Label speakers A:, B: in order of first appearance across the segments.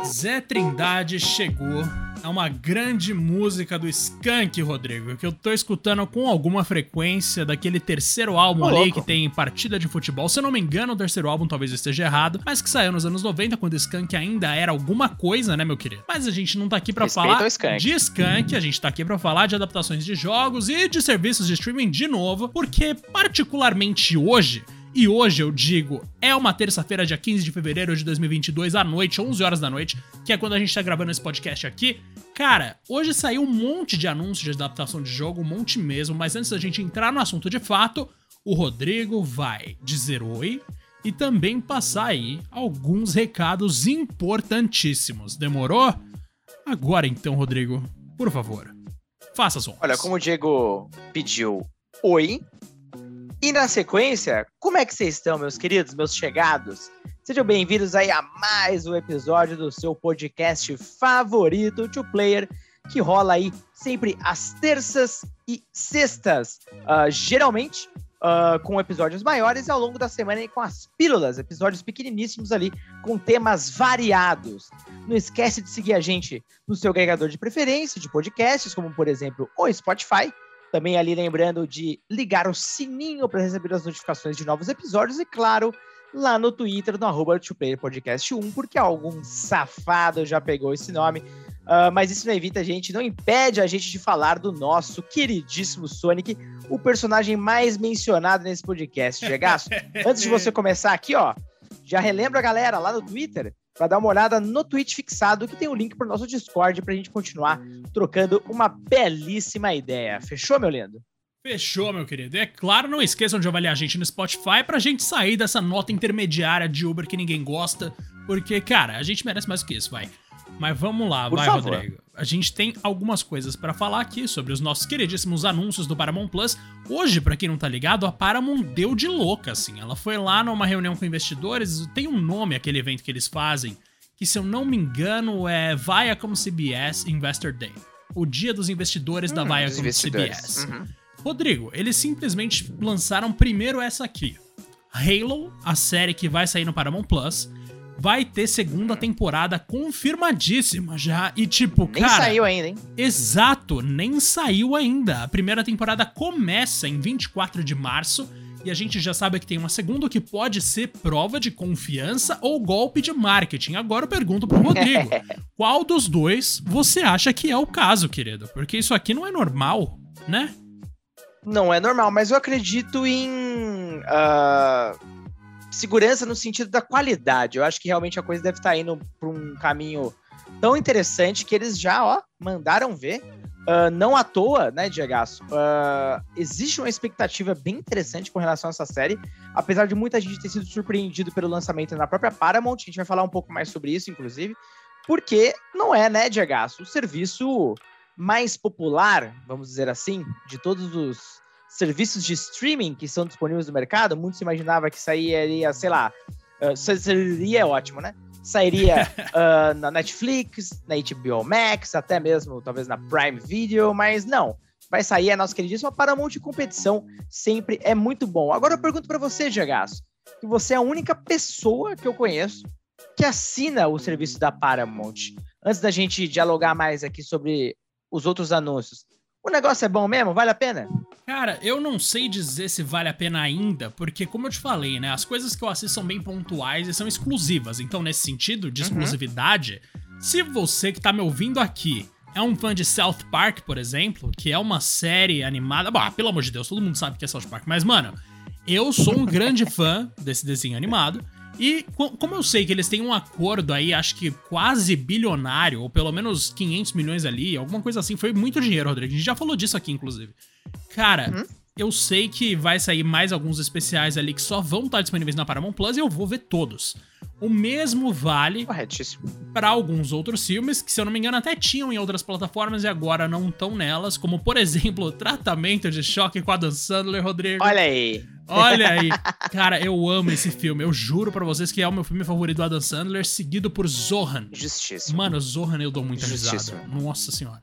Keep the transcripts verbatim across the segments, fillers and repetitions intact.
A: Zé Trindade chegou. É uma grande música do Skank, Rodrigo, que eu tô escutando com alguma frequência daquele terceiro álbum
B: Ô,
A: ali
B: louco.
A: que tem Partida de Futebol. Se eu não me engano, o terceiro álbum talvez eu esteja errado, mas que saiu nos anos noventa, quando o Skank ainda era alguma coisa, né, meu querido? Mas a gente não tá aqui pra
B: Respeita
A: falar
B: ao Skank.
A: de Skank, a gente tá aqui pra falar de adaptações de jogos e de serviços de streaming de novo, porque particularmente hoje... E hoje eu digo, é uma terça-feira, dia quinze de fevereiro de dois mil e vinte e dois, à noite, onze horas da noite, que é quando a gente tá gravando esse podcast aqui. Cara, hoje saiu um monte de anúncios de adaptação de jogo, um monte mesmo, mas antes da gente entrar no assunto de fato, o Rodrigo vai dizer oi e também passar aí alguns recados importantíssimos. Demorou? Agora então, Rodrigo, por favor, faça as honras.
B: Olha, como o Diego pediu oi, e na sequência, como é que vocês estão, meus queridos, meus chegados? Sejam bem-vindos aí a mais um episódio do seu podcast favorito, Two Player, que rola aí sempre às terças e sextas, uh, geralmente uh, com episódios maiores e ao longo da semana aí com as pílulas, episódios pequeniníssimos ali com temas variados. Não esquece de seguir a gente no seu agregador de preferência de podcasts, como por exemplo o Spotify. Também ali lembrando de ligar o sininho para receber as notificações de novos episódios e, claro, lá no Twitter, no arroba two player podcast one, porque algum safado já pegou esse nome. Uh, mas isso não evita a gente, não impede a gente de falar do nosso queridíssimo Sonic, o personagem mais mencionado nesse podcast, Gegaço. Antes de você começar aqui, ó, já relembra a galera lá no Twitter para dar uma olhada no tweet fixado que tem o link pro nosso Discord pra gente continuar trocando uma belíssima ideia. Fechou, meu lindo?
A: Fechou, meu querido. E é claro, não esqueçam de avaliar a gente no Spotify pra gente sair dessa nota intermediária de Uber que ninguém gosta, porque, cara, a gente merece mais do que isso, vai. Mas vamos lá,
B: Por
A: vai,
B: favor.
A: Rodrigo. A gente tem algumas coisas pra falar aqui sobre os nossos queridíssimos anúncios do Paramount Plus. Hoje, pra quem não tá ligado, a Paramount deu de louca, assim. Ela foi lá numa reunião com investidores, tem um nome aquele evento que eles fazem, que se eu não me engano é Viacom C B S Investor Day. O dia dos investidores hum, da Viacom C B S.
B: Uhum.
A: Rodrigo, eles simplesmente lançaram primeiro essa aqui. Halo, a série que vai sair no Paramount Plus, vai ter segunda temporada confirmadíssima já. E tipo,
B: Nem
A: cara...
B: Nem saiu ainda, hein?
A: Exato, nem saiu ainda. A primeira temporada começa em vinte e quatro de março e a gente já sabe que tem uma segunda que pode ser prova de confiança ou golpe de marketing. Agora eu pergunto pro Rodrigo, qual dos dois você acha que é o caso, querido? Porque isso aqui não é normal, né?
B: Não é normal, mas eu acredito em... Uh... segurança no sentido da qualidade. Eu acho que realmente a coisa deve estar indo para um caminho tão interessante que eles já, ó, mandaram ver. Uh, não à toa, né, Diegaço? Uh, existe uma expectativa bem interessante com relação a essa série, apesar de muita gente ter sido surpreendido pelo lançamento na própria Paramount. A gente vai falar um pouco mais sobre isso, inclusive, porque não é, né, Diegaço, o serviço mais popular, vamos dizer assim, de todos os serviços de streaming que são disponíveis no mercado. Muito se imaginava que sairia, sei lá, uh, seria ótimo, né? Sairia uh, na Netflix, na H B O Max, até mesmo talvez na Prime Video, mas não. Vai sair a nossa queridíssima Paramount de competição, sempre é muito bom. Agora eu pergunto pra você, Gegaço, que você é a única pessoa que eu conheço que assina o serviço da Paramount. Antes da gente dialogar mais aqui sobre os outros anúncios, o negócio é bom mesmo? Vale a pena?
A: Cara, eu não sei dizer se vale a pena ainda, porque como eu te falei, né, as coisas que eu assisto são bem pontuais e são exclusivas. Então, nesse sentido de exclusividade, uhum. se você que tá me ouvindo aqui é um fã de South Park, por exemplo, que é uma série animada... Bah, pelo amor de Deus, todo mundo sabe que é South Park, mas, mano, eu sou um grande fã desse desenho animado. E como eu sei que eles têm um acordo aí, acho que quase bilionário, ou pelo menos quinhentos milhões ali, alguma coisa assim, foi muito dinheiro, Rodrigo. A gente já falou disso aqui, inclusive. Cara, uhum. eu sei que vai sair mais alguns especiais ali que só vão estar disponíveis na Paramount Plus e eu vou ver todos. O mesmo vale para alguns outros filmes que, se eu não me engano, até tinham em outras plataformas e agora não estão nelas, como, por exemplo, Tratamento de Choque com a Adam Sandler, Rodrigo.
B: Olha aí.
A: Olha aí. Cara, eu amo esse filme. Eu juro pra vocês que é o meu filme favorito do Adam Sandler, seguido por Zohan.
B: Justíssimo.
A: Mano, Zohan eu dou muita
B: Justíssimo.
A: risada. Nossa senhora.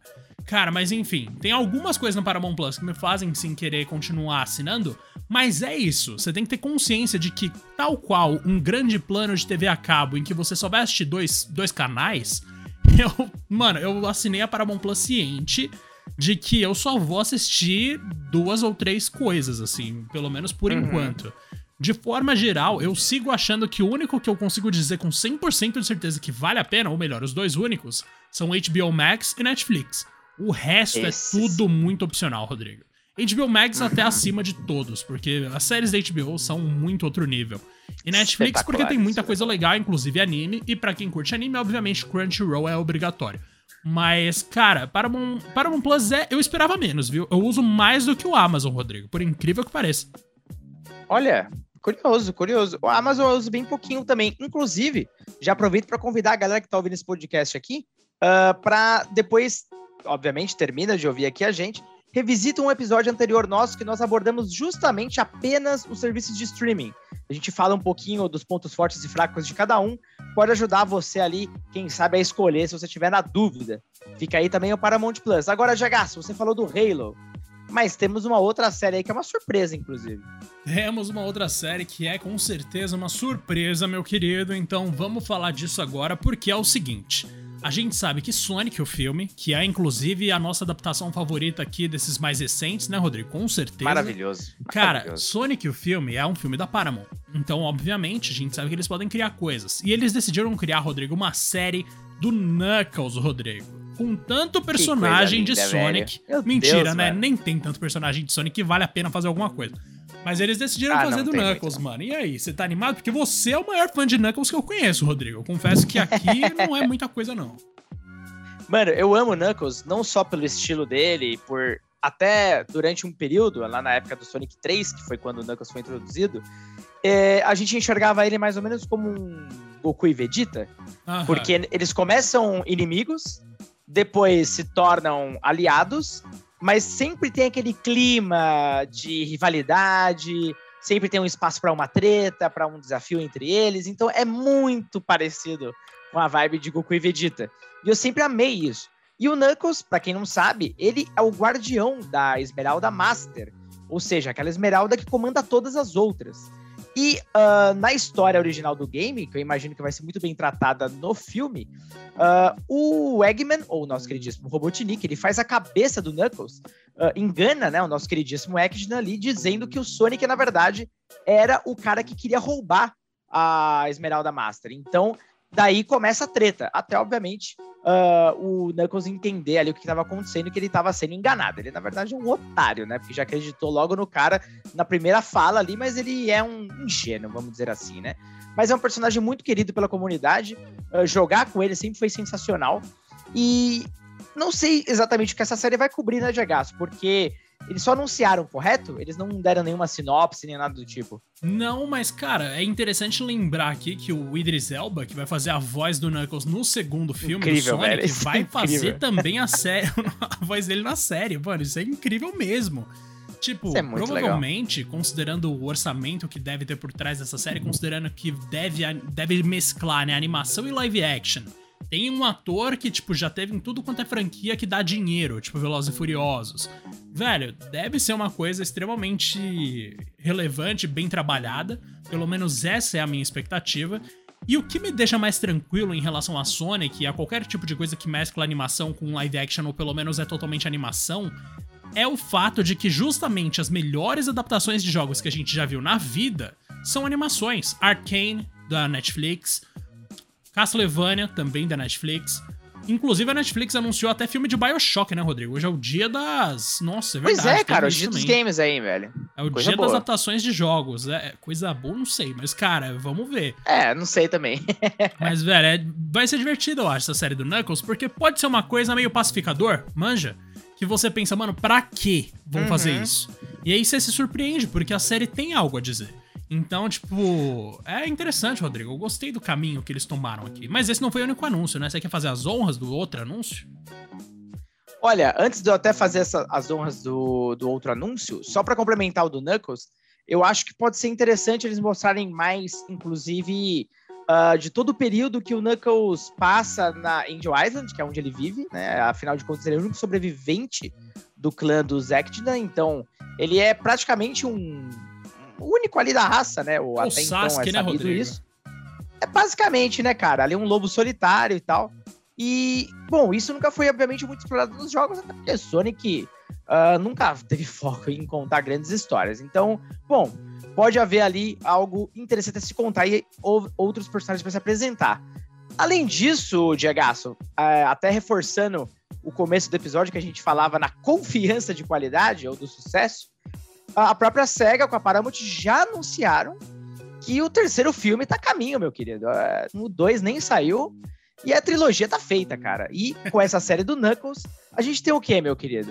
A: Cara, mas enfim, tem algumas coisas no Paramount Plus que me fazem sim querer continuar assinando, mas é isso, você tem que ter consciência de que, tal qual um grande plano de T V a cabo em que você só vai assistir dois, dois canais, eu, mano, eu assinei a Paramount Plus ciente de que eu só vou assistir duas ou três coisas, assim, pelo menos por uhum. enquanto. De forma geral, eu sigo achando que o único que eu consigo dizer com cem por cento de certeza que vale a pena, ou melhor, os dois únicos, são H B O Max e Netflix. O resto Esses. é tudo muito opcional, Rodrigo. H B O Max até acima de todos, porque as séries da H B O são muito outro nível. E Netflix porque tem muita coisa legal, inclusive anime, e pra quem curte anime, obviamente Crunchyroll é obrigatório. Mas, cara, Paramount, Paramount Plus é... Eu esperava menos, viu? Eu uso mais do que o Amazon, Rodrigo, por incrível que pareça.
B: Olha, curioso, curioso. O Amazon eu uso bem pouquinho também. Inclusive, já aproveito pra convidar a galera que tá ouvindo esse podcast aqui, uh, pra depois... obviamente, termina de ouvir aqui a gente, revisita um episódio anterior nosso que nós abordamos justamente apenas os serviços de streaming. A gente fala um pouquinho dos pontos fortes e fracos de cada um, pode ajudar você ali, quem sabe, a escolher se você tiver na dúvida. Fica aí também o Paramount Plus. Agora, Jagaço, você falou do Halo, mas temos uma outra série aí que é uma surpresa, inclusive.
A: Temos uma outra série que é com certeza uma surpresa, meu querido, então vamos falar disso agora, porque é o seguinte... A gente sabe que Sonic, o filme, que é inclusive a nossa adaptação favorita aqui desses mais recentes, né, Rodrigo? Com certeza.
B: Maravilhoso.
A: Cara,
B: Maravilhoso.
A: Sonic, o filme, é um filme da Paramount. Então, obviamente, a gente sabe que eles podem criar coisas. E eles decidiram criar, Rodrigo, uma série do Knuckles, Rodrigo. Com tanto personagem linda, de Sonic. Mentira, Deus, né? Mano. Nem tem tanto personagem de Sonic que vale a pena fazer alguma coisa. Mas eles decidiram ah, fazer do Knuckles, muito, mano. E aí, você tá animado? Porque você é o maior fã de Knuckles que eu conheço, Rodrigo. Eu confesso que aqui não é muita coisa, não.
B: Mano, eu amo o Knuckles, não só pelo estilo dele, por até durante um período, lá na época do Sonic três, que foi quando o Knuckles foi introduzido, é, a gente enxergava ele mais ou menos como um Goku e Vegeta, Aham. porque eles começam inimigos, depois se tornam aliados, mas sempre tem aquele clima de rivalidade, sempre tem um espaço para uma treta, para um desafio entre eles, então é muito parecido com a vibe de Goku e Vegeta. E eu sempre amei isso. E o Knuckles, pra quem não sabe, ele é o guardião da Esmeralda Master, ou seja, aquela esmeralda que comanda todas as outras. E uh, na história original do game, que eu imagino que vai ser muito bem tratada no filme, uh, o Eggman, ou o nosso queridíssimo Robotnik, ele faz a cabeça do Knuckles, uh, engana, né, o nosso queridíssimo Eggman ali, dizendo que o Sonic, na verdade, era o cara que queria roubar a Esmeralda Master. Então, daí começa a treta, até, obviamente, uh, o Knuckles entender ali o que estava acontecendo e que ele estava sendo enganado. Ele, na verdade, é um otário, né? Porque já acreditou logo no cara na primeira fala ali, mas ele é um ingênuo, vamos dizer assim, né? Mas é um personagem muito querido pela comunidade. Uh, jogar com ele sempre foi sensacional. E não sei exatamente o que essa série vai cobrir, né, Jagaço? Porque eles só anunciaram, correto? Eles não deram nenhuma sinopse, nem nada do tipo.
A: Não, mas, cara, é interessante lembrar aqui que o Idris Elba, que vai fazer a voz do Knuckles no segundo filme incrível, do Sonic, velho, vai é fazer também a, série, a voz dele na série. Mano, isso é incrível mesmo. Tipo, é provavelmente, legal. Considerando o orçamento que deve ter por trás dessa série, considerando que deve, deve mesclar, né, animação e live action, tem um ator que, tipo, já teve em tudo quanto é franquia que dá dinheiro, tipo Velozes e Furiosos. Velho, deve ser uma coisa extremamente relevante, bem trabalhada. Pelo menos essa é a minha expectativa. E o que me deixa mais tranquilo em relação a Sonic e a qualquer tipo de coisa que mescla animação com live action, ou pelo menos é totalmente animação, é o fato de que justamente as melhores adaptações de jogos que a gente já viu na vida são animações. Arcane, da Netflix, Castlevania, também da Netflix. Inclusive, a Netflix anunciou até filme de BioShock, né, Rodrigo? Hoje é o dia das... Nossa, é verdade.
B: Pois é, cara, o dia dos games aí, velho.
A: É o
B: coisa
A: dia
B: boa.
A: das adaptações de jogos. É coisa boa, não sei. Mas, cara, vamos ver.
B: É, não sei também.
A: Mas, velho, é... vai ser divertido, eu acho, essa série do Knuckles, porque pode ser uma coisa meio pacificador, manja? Que você pensa, mano, pra que vão uhum. fazer isso? E aí você se surpreende, porque a série tem algo a dizer. Então, tipo, é interessante, Rodrigo. Eu gostei do caminho que eles tomaram aqui. Mas esse não foi o único anúncio, né? Você quer fazer as honras do outro anúncio?
B: Olha, antes de eu até fazer essa, as honras do, do outro anúncio, só pra complementar o do Knuckles, eu acho que pode ser interessante eles mostrarem mais, inclusive, uh, de todo o período que o Knuckles passa na Angel Island, que é onde ele vive, né? Afinal de contas, ele é o único sobrevivente do clã dos Echidna, então ele é praticamente um o único ali da raça, né? O,
A: o
B: até
A: Sasuke,
B: então é
A: né, Rodrigo?
B: isso. É basicamente, né, cara? Ali é um lobo solitário e tal. E, bom, isso nunca foi, obviamente, muito explorado nos jogos, até porque Sonic uh, nunca teve foco em contar grandes histórias. Então, bom, pode haver ali algo interessante a se contar e ou, outros personagens para se apresentar. Além disso, Diegaço, uh, até reforçando o começo do episódio que a gente falava na confiança de qualidade ou do sucesso, a própria SEGA com a Paramount já anunciaram que o terceiro filme tá a caminho, meu querido. Uh, o dois nem saiu e a trilogia tá feita, cara. E com essa série do Knuckles, a gente tem o quê, meu querido?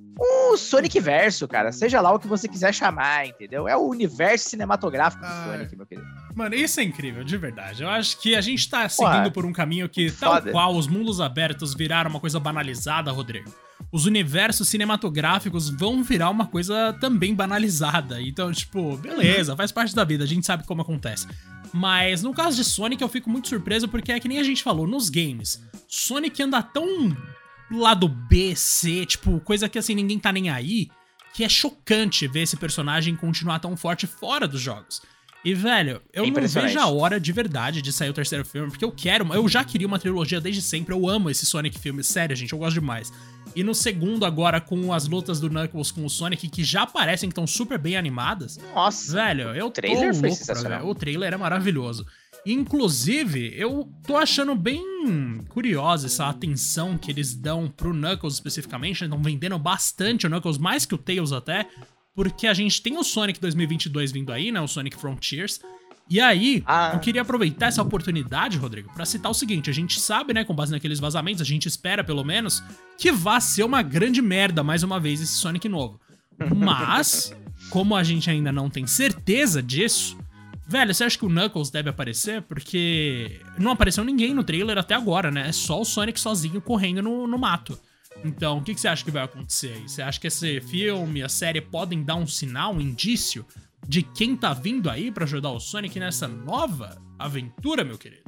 B: O Sonic Verso, cara. Seja lá o que você quiser chamar, entendeu? É o universo cinematográfico do ah, Sonic, meu querido.
A: Mano, isso é incrível, de verdade. Eu acho que a gente tá seguindo Porra, por um caminho que,
B: foda.
A: Tal qual os mundos abertos viraram uma coisa banalizada, Rodrigo, os universos cinematográficos vão virar uma coisa também banalizada. Então, tipo, beleza, faz parte da vida, a gente sabe como acontece. Mas no caso de Sonic eu fico muito surpreso porque é que nem a gente falou, nos games, Sonic anda tão lado B, C, tipo, coisa que assim ninguém tá nem aí, que é chocante ver esse personagem continuar tão forte fora dos jogos. E, velho, eu não vejo a hora de verdade de sair o terceiro filme, porque eu quero, eu já queria uma trilogia desde sempre, eu amo esse Sonic filme, sério, gente, eu gosto demais. E no segundo agora, com as lutas do Knuckles com o Sonic, que já parecem que estão super bem animadas.
B: Nossa,
A: velho, eu
B: o trailer
A: tô
B: foi
A: louco
B: sensacional.
A: Pra ver. O trailer é maravilhoso. Inclusive, eu tô achando bem curiosa essa atenção que eles dão pro Knuckles especificamente, estão vendendo bastante o Knuckles, mais que o Tails até, porque a gente tem o Sonic dois mil e vinte e dois vindo aí, né, o Sonic Frontiers, e aí, ah. eu queria aproveitar essa oportunidade, Rodrigo, pra citar o seguinte, a gente sabe, né, com base naqueles vazamentos, a gente espera, pelo menos, que vá ser uma grande merda, mais uma vez, esse Sonic novo. Mas, como a gente ainda não tem certeza disso, velho, você acha que o Knuckles deve aparecer? Porque não apareceu ninguém no trailer até agora, né, é só o Sonic sozinho correndo no, no mato. Então, o que, que você acha que vai acontecer aí? Você acha que esse filme, a série podem dar um sinal, um indício de quem tá vindo aí pra ajudar o Sonic nessa nova aventura, meu querido?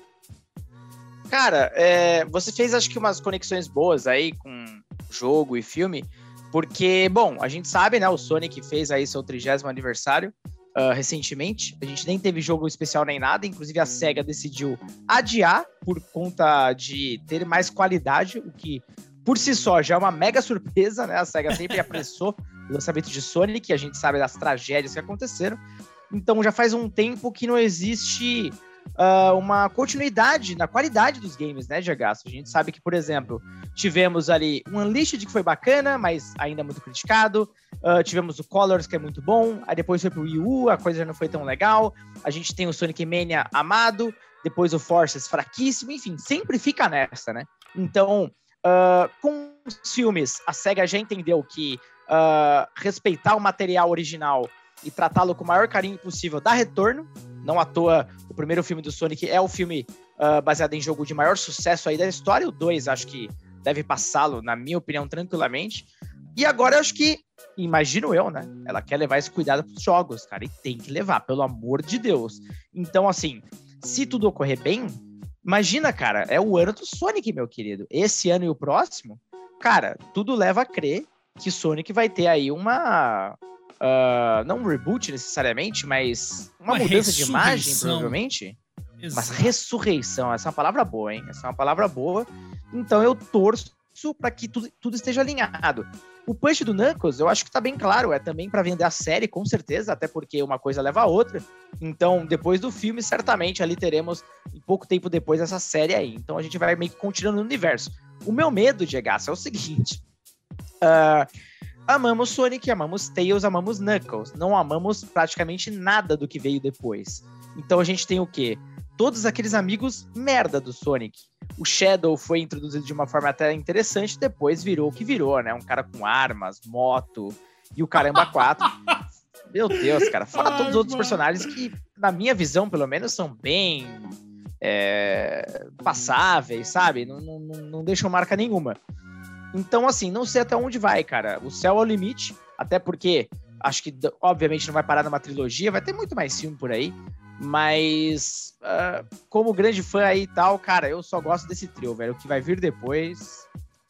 B: Cara, é, você fez acho que umas conexões boas aí com jogo e filme, porque, bom, a gente sabe, né, o Sonic fez aí seu trigésimo aniversário uh, recentemente, a gente nem teve jogo especial nem nada, inclusive a SEGA decidiu adiar por conta de ter mais qualidade, o que por si só já é uma mega surpresa, né, a SEGA sempre apressou o lançamento de Sonic, a gente sabe das tragédias que aconteceram, então já faz um tempo que não existe uh, uma continuidade na qualidade dos games, né, Diego? A gente sabe que, por exemplo, tivemos ali um Unleashed que foi bacana, mas ainda muito criticado, uh, tivemos o Colors, que é muito bom, aí depois foi pro Wii U, a coisa já não foi tão legal, a gente tem o Sonic Mania amado, depois o Forces fraquíssimo, enfim, sempre fica nessa, né? Então, uh, com os filmes, a SEGA já entendeu que Uh, respeitar o material original e tratá-lo com o maior carinho possível dá retorno. Não à toa, o primeiro filme do Sonic é o filme uh, baseado em jogo de maior sucesso aí da história. O dois acho que deve passá-lo, na minha opinião, tranquilamente. E agora eu acho que, imagino eu, né? Ela quer levar esse cuidado pros jogos, cara. E tem que levar, pelo amor de Deus. Então, assim, se tudo ocorrer bem, imagina, cara, é o ano do Sonic, meu querido. Esse ano e o próximo, cara, tudo leva a crer que Sonic vai ter aí uma... Uh, não um reboot necessariamente, mas uma, uma mudança de imagem, provavelmente.
A: Exato.
B: Uma ressurreição. Essa é uma palavra boa, hein? Essa é uma palavra boa. Então eu torço para que tudo, tudo esteja alinhado. O punch do Knuckles, eu acho que tá bem claro. É também para vender a série, com certeza, até porque uma coisa leva a outra. Então, depois do filme, certamente ali teremos, em pouco tempo depois, essa série aí. Então a gente vai meio que continuando no universo. O meu medo, Diego, é o seguinte... Uh, amamos Sonic, amamos Tails, amamos Knuckles. Não amamos praticamente nada do que veio depois. Então a gente tem o quê? Todos aqueles amigos merda do Sonic. O Shadow foi introduzido de uma forma até interessante, depois virou o que virou, né? Um cara com armas, moto e o caramba quatro. Meu Deus, cara. Fora todos os outros personagens que, na minha visão, pelo menos, são bem é, passáveis, sabe? Não, não, não deixam marca nenhuma. Então, assim, não sei até onde vai, cara. O céu é o limite, até porque acho que, obviamente, não vai parar numa trilogia, vai ter muito mais filme por aí. Mas, uh, como grande fã aí e tal, cara, eu só gosto desse trio, velho. O que vai vir depois,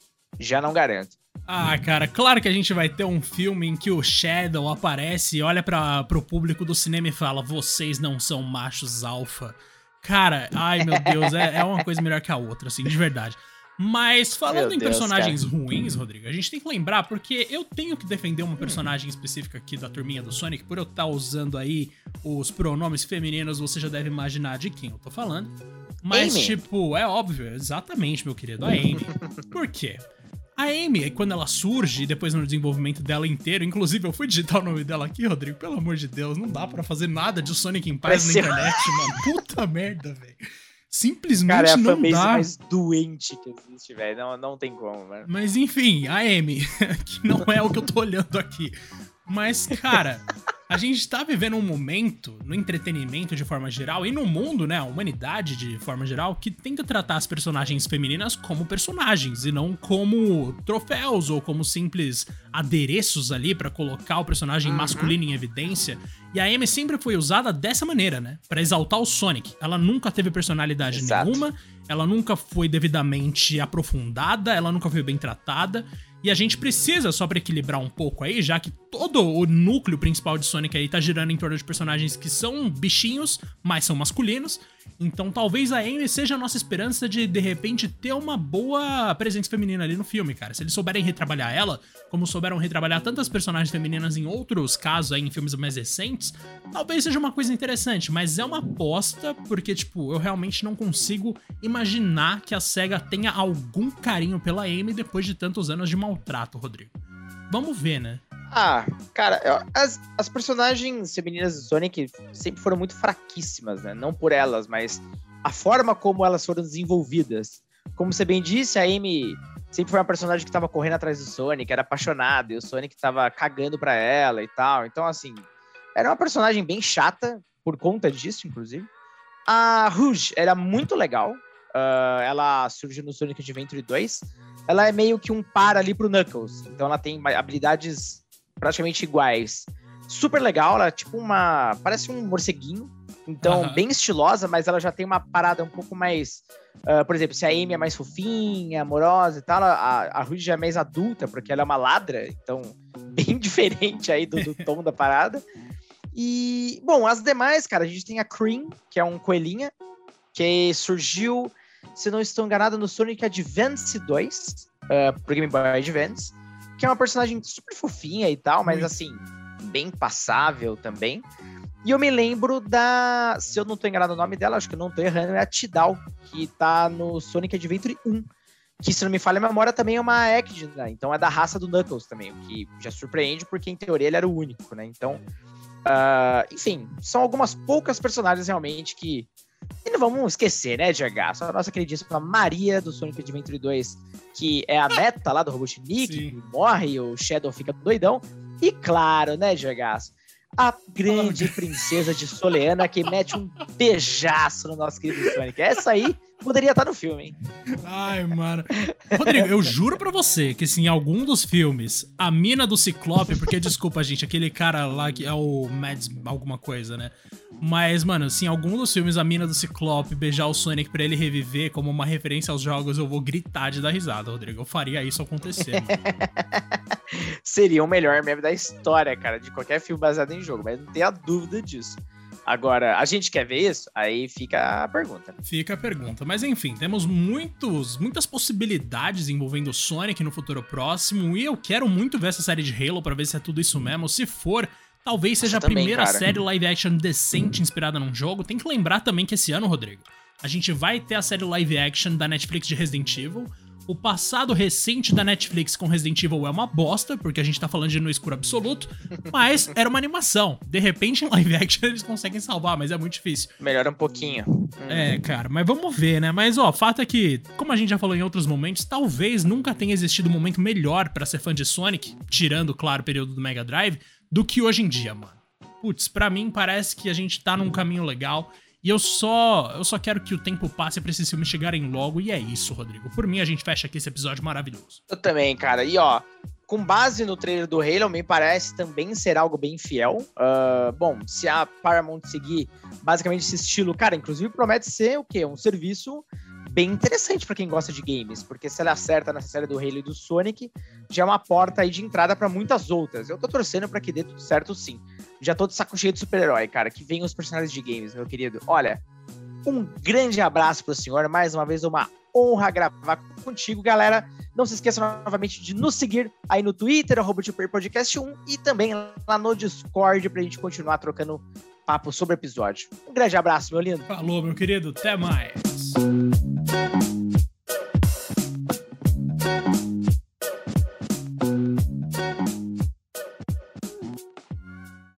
B: já não garanto.
A: Ah, cara, claro que a gente vai ter um filme em que o Shadow aparece e olha pra, pro público do cinema e fala: vocês não são machos alfa. Cara, ai meu Deus, é, é uma coisa melhor que a outra, assim, de verdade. Mas falando
B: Meu
A: em
B: Deus,
A: personagens
B: cara.
A: ruins, Rodrigo, a gente tem que lembrar, porque eu tenho que defender uma personagem específica aqui da turminha do Sonic, por eu estar usando aí os pronomes femininos, você já deve imaginar de quem eu tô falando. Mas,
B: Amy.
A: tipo, é óbvio, exatamente, meu querido, a Amy. Por quê? A Amy, quando ela surge, e depois no desenvolvimento dela inteiro, inclusive eu fui digitar o nome dela aqui, Rodrigo, pelo amor de Deus, não dá pra fazer nada de Sonic em paz na internet, mano. Puta merda, velho. Simplesmente
B: Cara, é a
A: não
B: fanbase
A: dá.
B: mais doente que existe, velho. Não, não tem como, mano.
A: Mas enfim, a Amy, que não é o que eu tô olhando aqui. Mas, cara, a gente tá vivendo um momento no entretenimento de forma geral e no mundo, né, a humanidade de forma geral, que tenta tratar as personagens femininas como personagens e não como troféus ou como simples adereços ali pra colocar o personagem
B: Uhum.
A: masculino em evidência. E a Amy sempre foi usada dessa maneira, né, pra exaltar o Sonic. Ela nunca teve personalidade
B: Exato.
A: nenhuma, ela nunca foi devidamente aprofundada, ela nunca foi bem tratada. E a gente precisa, só pra equilibrar um pouco aí, já que todo o núcleo principal de Sonic aí tá girando em torno de personagens que são bichinhos, mas são masculinos. Então talvez a Amy seja a nossa esperança de, de repente, ter uma boa presença feminina ali no filme, cara. Se eles souberem retrabalhar ela, como souberam retrabalhar tantas personagens femininas em outros casos aí, em filmes mais recentes, talvez seja uma coisa interessante. Mas é uma aposta, porque, tipo, eu realmente não consigo imaginar que a SEGA tenha algum carinho pela Amy depois de tantos anos de maltrato, Rodrigo. Vamos ver, né?
B: Ah, cara, eu- as, as personagens femininas do Sonic sempre foram muito fraquíssimas, né? Não por elas, mas a forma como elas foram desenvolvidas. Como você bem disse, a Amy sempre foi uma personagem que tava correndo atrás do Sonic, era apaixonada, e o Sonic tava cagando pra ela e tal. Então, assim, era uma personagem bem chata, por conta disso, inclusive. A Rouge era muito legal. ah, ela surgiu no Sonic Adventure dois. Ela é meio que um par ali pro Knuckles. Então ela tem habilidades praticamente iguais. Super legal, ela é tipo uma... parece um morceguinho. Então,
A: Aham.
B: bem estilosa, mas ela já tem uma parada um pouco mais... ah, por exemplo, se a Amy é mais fofinha, amorosa e tal, a, a Rouge já é mais adulta, porque ela é uma ladra. Então, bem diferente aí do, do tom da parada. E, bom, as demais, cara, a gente tem a Cream, que é um coelhinha, que surgiu, se não estou enganado, no Sonic Advance dois, uh, pro Game Boy Advance, que é uma personagem super fofinha e tal, mas
A: Muito.
B: assim, bem passável também. E eu me lembro da, se eu não tô enganado o nome dela, acho que eu não tô errando, é a Tidal, que tá no Sonic Adventure um, que, se não me falha a memória, também é uma Echidna, então é da raça do Knuckles também, o que já surpreende, porque em teoria ele era o único, né? Então, uh, enfim, são algumas poucas personagens realmente que... E não vamos esquecer, né, de H? Só a nossa queridíssima Maria do Sonic Adventure dois, que é a neta lá do Robotnik,
A: Sim.
B: que morre e o Shadow fica doidão. E claro, né, de H? A grande princesa de Soleana que mete um beijaço no nosso querido Sonic. Essa aí poderia estar no filme, hein?
A: Ai, mano. Rodrigo, eu juro pra você que se em algum dos filmes a mina do Ciclope, porque desculpa, gente, aquele cara lá que é o Mads alguma coisa, né? Mas, mano, se em algum dos filmes a mina do Ciclope beijar o Sonic pra ele reviver como uma referência aos jogos, eu vou gritar de dar risada, Rodrigo. Eu faria isso acontecer, mano.
B: Seria o melhor meme da história, cara, de qualquer filme baseado em jogo, mas não tenha dúvida disso. Agora, a gente quer ver isso? Aí fica a pergunta.
A: Fica a pergunta. Mas enfim, temos muitos, muitas possibilidades envolvendo o Sonic no futuro próximo e eu quero muito ver essa série de Halo pra ver se é tudo isso mesmo. Se for, talvez seja a
B: também,
A: primeira
B: cara.
A: série live action decente inspirada num jogo. Tem que lembrar também que esse ano, Rodrigo, a gente vai ter a série live action da Netflix de Resident Evil. O passado recente da Netflix com Resident Evil é uma bosta, porque a gente tá falando de No Escuro Absoluto, mas era uma animação. De repente, em live action, eles conseguem salvar, mas é muito difícil.
B: Melhora um pouquinho. Hum.
A: É, cara, mas vamos ver, né? Mas, ó, o fato é que, como a gente já falou em outros momentos, talvez nunca tenha existido um momento melhor pra ser fã de Sonic, tirando, claro, o período do Mega Drive, do que hoje em dia, mano. Putz, pra mim parece que a gente tá num caminho legal E eu só, eu só quero que o tempo passe pra esses filmes chegarem logo, e é isso, Rodrigo. Por mim, a gente fecha aqui esse episódio maravilhoso.
B: Eu também, cara. E ó, com base no trailer do Halo, me parece também ser algo bem fiel. Uh, bom, se a Paramount seguir basicamente esse estilo, cara, inclusive promete ser o quê? Um serviço bem interessante pra quem gosta de games, porque se ela acerta nessa série do Halo e do Sonic, já é uma porta aí de entrada pra muitas outras. Eu tô torcendo pra que dê tudo certo, sim. Já tô de saco cheio de super-herói, cara, que venham os personagens de games, meu querido. Olha, um grande abraço pro senhor, mais uma vez uma honra gravar contigo, galera. Não se esqueça novamente de nos seguir aí no Twitter, arroba Podcast um, e também lá no Discord pra gente continuar trocando papo sobre o episódio. Um grande abraço, meu lindo.
A: Falou, meu querido. Até mais.